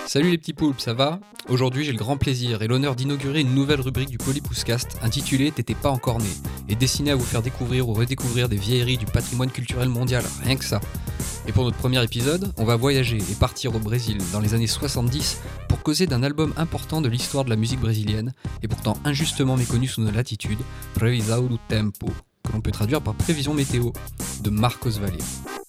Salut les petits poulpes, ça va? Aujourd'hui j'ai le grand plaisir et l'honneur d'inaugurer une nouvelle rubrique du Polypouscast intitulée T'étais pas encore né et destinée à vous faire découvrir ou redécouvrir des vieilleries du patrimoine culturel mondial, rien que ça. Et pour notre premier épisode, on va voyager et partir au Brésil dans les années 70 pour causer d'un album important de l'histoire de la musique brésilienne et pourtant injustement méconnu sous nos latitudes, Previsão do Tempo, que l'on peut traduire par prévision météo, de Marcos Valle.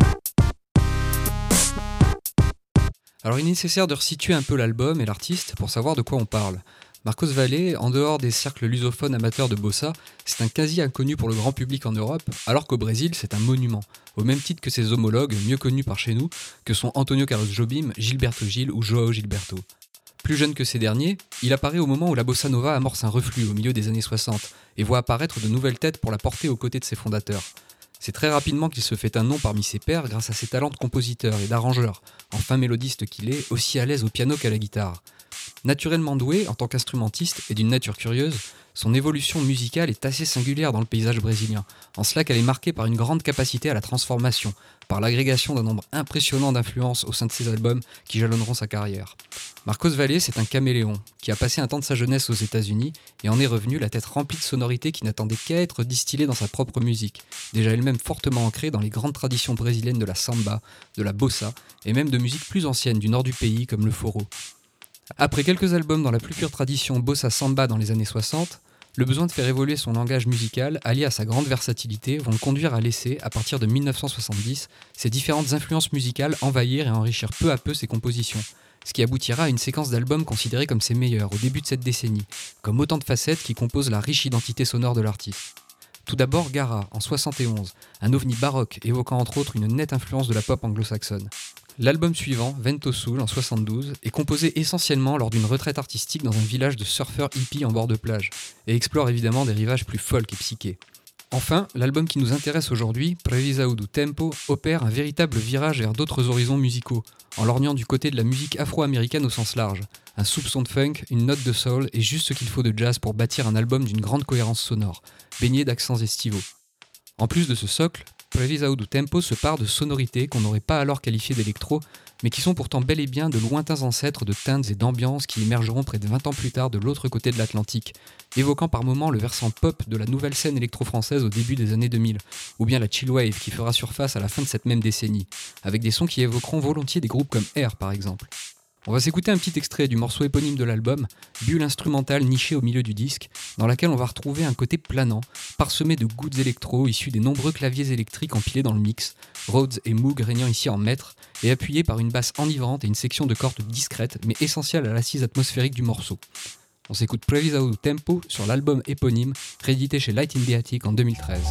Alors il est nécessaire de resituer un peu l'album et l'artiste pour savoir de quoi on parle. Marcos Valle, en dehors des cercles lusophones amateurs de bossa, c'est un quasi inconnu pour le grand public en Europe, alors qu'au Brésil c'est un monument, au même titre que ses homologues mieux connus par chez nous, que sont Antonio Carlos Jobim, Gilberto Gil ou João Gilberto. Plus jeune que ces derniers, il apparaît au moment où la bossa nova amorce un reflux au milieu des années 60 et voit apparaître de nouvelles têtes pour la porter aux côtés de ses fondateurs. C'est très rapidement qu'il se fait un nom parmi ses pairs grâce à ses talents de compositeur et d'arrangeur, enfin mélodiste qu'il est, aussi à l'aise au piano qu'à la guitare. Naturellement doué en tant qu'instrumentiste et d'une nature curieuse, son évolution musicale est assez singulière dans le paysage brésilien, en cela qu'elle est marquée par une grande capacité à la transformation, par l'agrégation d'un nombre impressionnant d'influences au sein de ses albums qui jalonneront sa carrière. Marcos Valle, c'est un caméléon, qui a passé un temps de sa jeunesse aux États-Unis et en est revenu la tête remplie de sonorités qui n'attendaient qu'à être distillées dans sa propre musique, déjà elle-même fortement ancrée dans les grandes traditions brésiliennes de la samba, de la bossa et même de musique plus ancienne du nord du pays comme le forró. Après quelques albums dans la plus pure tradition bossa-samba dans les années 60, le besoin de faire évoluer son langage musical, allié à sa grande versatilité, vont le conduire à laisser, à partir de 1970, ses différentes influences musicales envahir et enrichir peu à peu ses compositions, ce qui aboutira à une séquence d'albums considérés comme ses meilleurs au début de cette décennie, comme autant de facettes qui composent la riche identité sonore de l'artiste. Tout d'abord Gara, en 71, un ovni baroque évoquant entre autres une nette influence de la pop anglo-saxonne. L'album suivant, Vento Sul, en 72, est composé essentiellement lors d'une retraite artistique dans un village de surfeurs hippies en bord de plage, et explore évidemment des rivages plus folk et psychés. Enfin, l'album qui nous intéresse aujourd'hui, Previsão do Tempo, opère un véritable virage vers d'autres horizons musicaux, en lorgnant du côté de la musique afro-américaine au sens large. Un soupçon de funk, une note de soul et juste ce qu'il faut de jazz pour bâtir un album d'une grande cohérence sonore, baigné d'accents estivaux. En plus de ce socle, Previsão do Tempo se part de sonorités qu'on n'aurait pas alors qualifiées d'électro, mais qui sont pourtant bel et bien de lointains ancêtres de teintes et d'ambiances qui émergeront près de 20 ans plus tard de l'autre côté de l'Atlantique, évoquant par moments le versant pop de la nouvelle scène électro-française au début des années 2000, ou bien la chill wave qui fera surface à la fin de cette même décennie, avec des sons qui évoqueront volontiers des groupes comme Air par exemple. On va s'écouter un petit extrait du morceau éponyme de l'album, bulle instrumentale nichée au milieu du disque, dans laquelle on va retrouver un côté planant, parsemé de gouttes électro issus des nombreux claviers électriques empilés dans le mix, Rhodes et Moog régnant ici en maître, et appuyés par une basse enivrante et une section de cordes discrète mais essentielle à l'assise atmosphérique du morceau. On s'écoute Previsão do Tempo sur l'album éponyme, réédité chez Light in the Attic en 2013.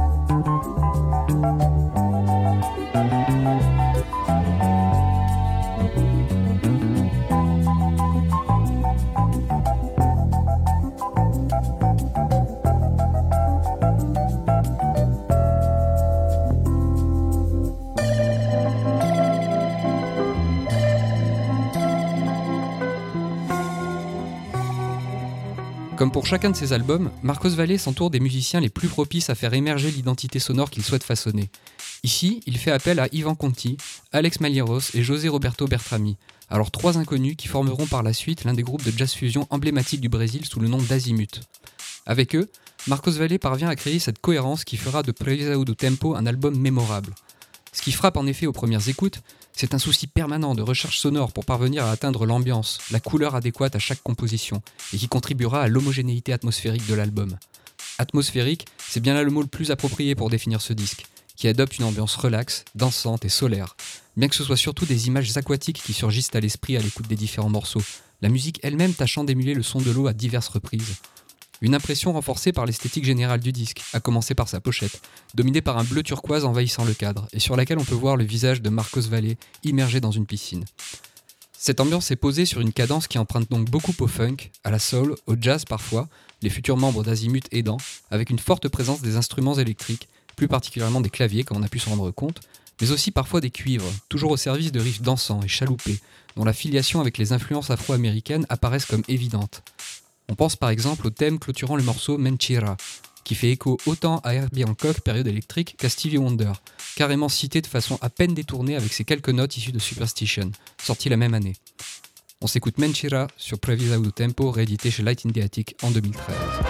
Comme pour chacun de ses albums, Marcos Valle s'entoure des musiciens les plus propices à faire émerger l'identité sonore qu'il souhaite façonner. Ici, il fait appel à Ivan Conti, Alex Malheiros et José Roberto Bertrami, alors trois inconnus qui formeront par la suite l'un des groupes de jazz fusion emblématiques du Brésil sous le nom d'Azimut. Avec eux, Marcos Valle parvient à créer cette cohérence qui fera de Previsão do Tempo un album mémorable. Ce qui frappe en effet aux premières écoutes, c'est un souci permanent de recherche sonore pour parvenir à atteindre l'ambiance, la couleur adéquate à chaque composition, et qui contribuera à l'homogénéité atmosphérique de l'album. Atmosphérique, c'est bien là le mot le plus approprié pour définir ce disque, qui adopte une ambiance relaxe, dansante et solaire, bien que ce soit surtout des images aquatiques qui surgissent à l'esprit à l'écoute des différents morceaux, la musique elle-même tâchant d'émuler le son de l'eau à diverses reprises. Une impression renforcée par l'esthétique générale du disque, à commencer par sa pochette, dominée par un bleu turquoise envahissant le cadre, et sur laquelle on peut voir le visage de Marcos Valle immergé dans une piscine. Cette ambiance est posée sur une cadence qui emprunte donc beaucoup au funk, à la soul, au jazz parfois, les futurs membres d'Azimut aidant, avec une forte présence des instruments électriques, plus particulièrement des claviers comme on a pu s'en rendre compte, mais aussi parfois des cuivres, toujours au service de riffs dansants et chaloupés, dont la filiation avec les influences afro-américaines apparaissent comme évidentes. On pense par exemple au thème clôturant le morceau Mentira, qui fait écho autant à Herbie Hancock période électrique qu'à Stevie Wonder, carrément cité de façon à peine détournée avec ses quelques notes issues de Superstition, sorti la même année. On s'écoute Mentira sur Previsão do Tempo, réédité chez Light in the Attic en 2013.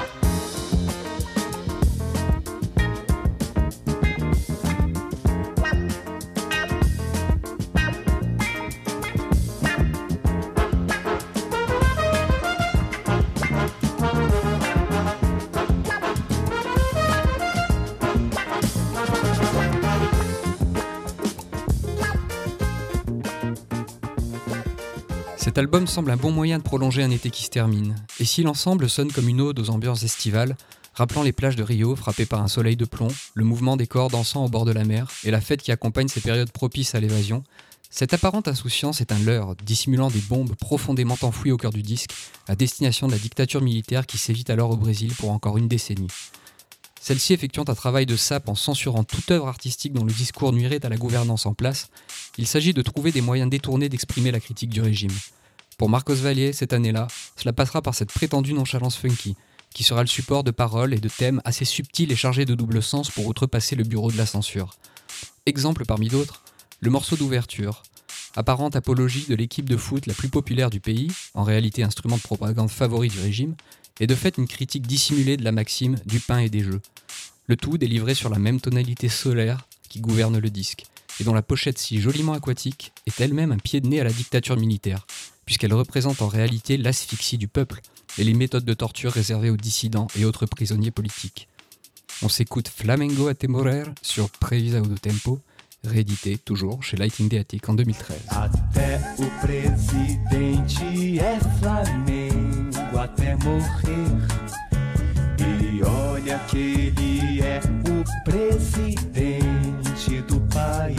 Cet album semble un bon moyen de prolonger un été qui se termine, et si l'ensemble sonne comme une ode aux ambiances estivales, rappelant les plages de Rio frappées par un soleil de plomb, le mouvement des corps dansant au bord de la mer et la fête qui accompagne ces périodes propices à l'évasion, cette apparente insouciance est un leurre, dissimulant des bombes profondément enfouies au cœur du disque, à destination de la dictature militaire qui sévit alors au Brésil pour encore une décennie. Celle-ci effectuant un travail de sape en censurant toute œuvre artistique dont le discours nuirait à la gouvernance en place, il s'agit de trouver des moyens détournés d'exprimer la critique du régime. Pour Marcos Valle, cette année-là, cela passera par cette prétendue nonchalance funky, qui sera le support de paroles et de thèmes assez subtils et chargés de double sens pour outrepasser le bureau de la censure. Exemple parmi d'autres, le morceau d'ouverture, apparente apologie de l'équipe de foot la plus populaire du pays, en réalité instrument de propagande favori du régime, est de fait une critique dissimulée de la maxime du pain et des jeux. Le tout délivré sur la même tonalité solaire qui gouverne le disque, et dont la pochette si joliment aquatique est elle-même un pied de nez à la dictature militaire, puisqu'elle représente en réalité l'asphyxie du peuple et les méthodes de torture réservées aux dissidents et autres prisonniers politiques. On s'écoute Flamengo a Temorer sur Previsão do Tempo, réédité toujours chez Light in the Attic en 2013. Até o presidente é Flamengo até morrer. E olha que ele é o presidente do país.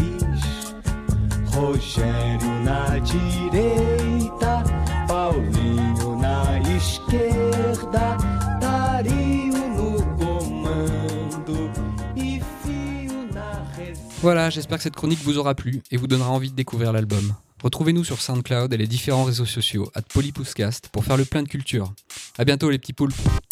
Rogério na direita, Paulinho na esquerda, Dario no comando e Fio na reserva. Voilà, j'espère que cette chronique vous aura plu et vous donnera envie de découvrir l'album. Retrouvez-nous sur SoundCloud et les différents réseaux sociaux @polypouscast pour faire le plein de culture. A bientôt les petits poulpes.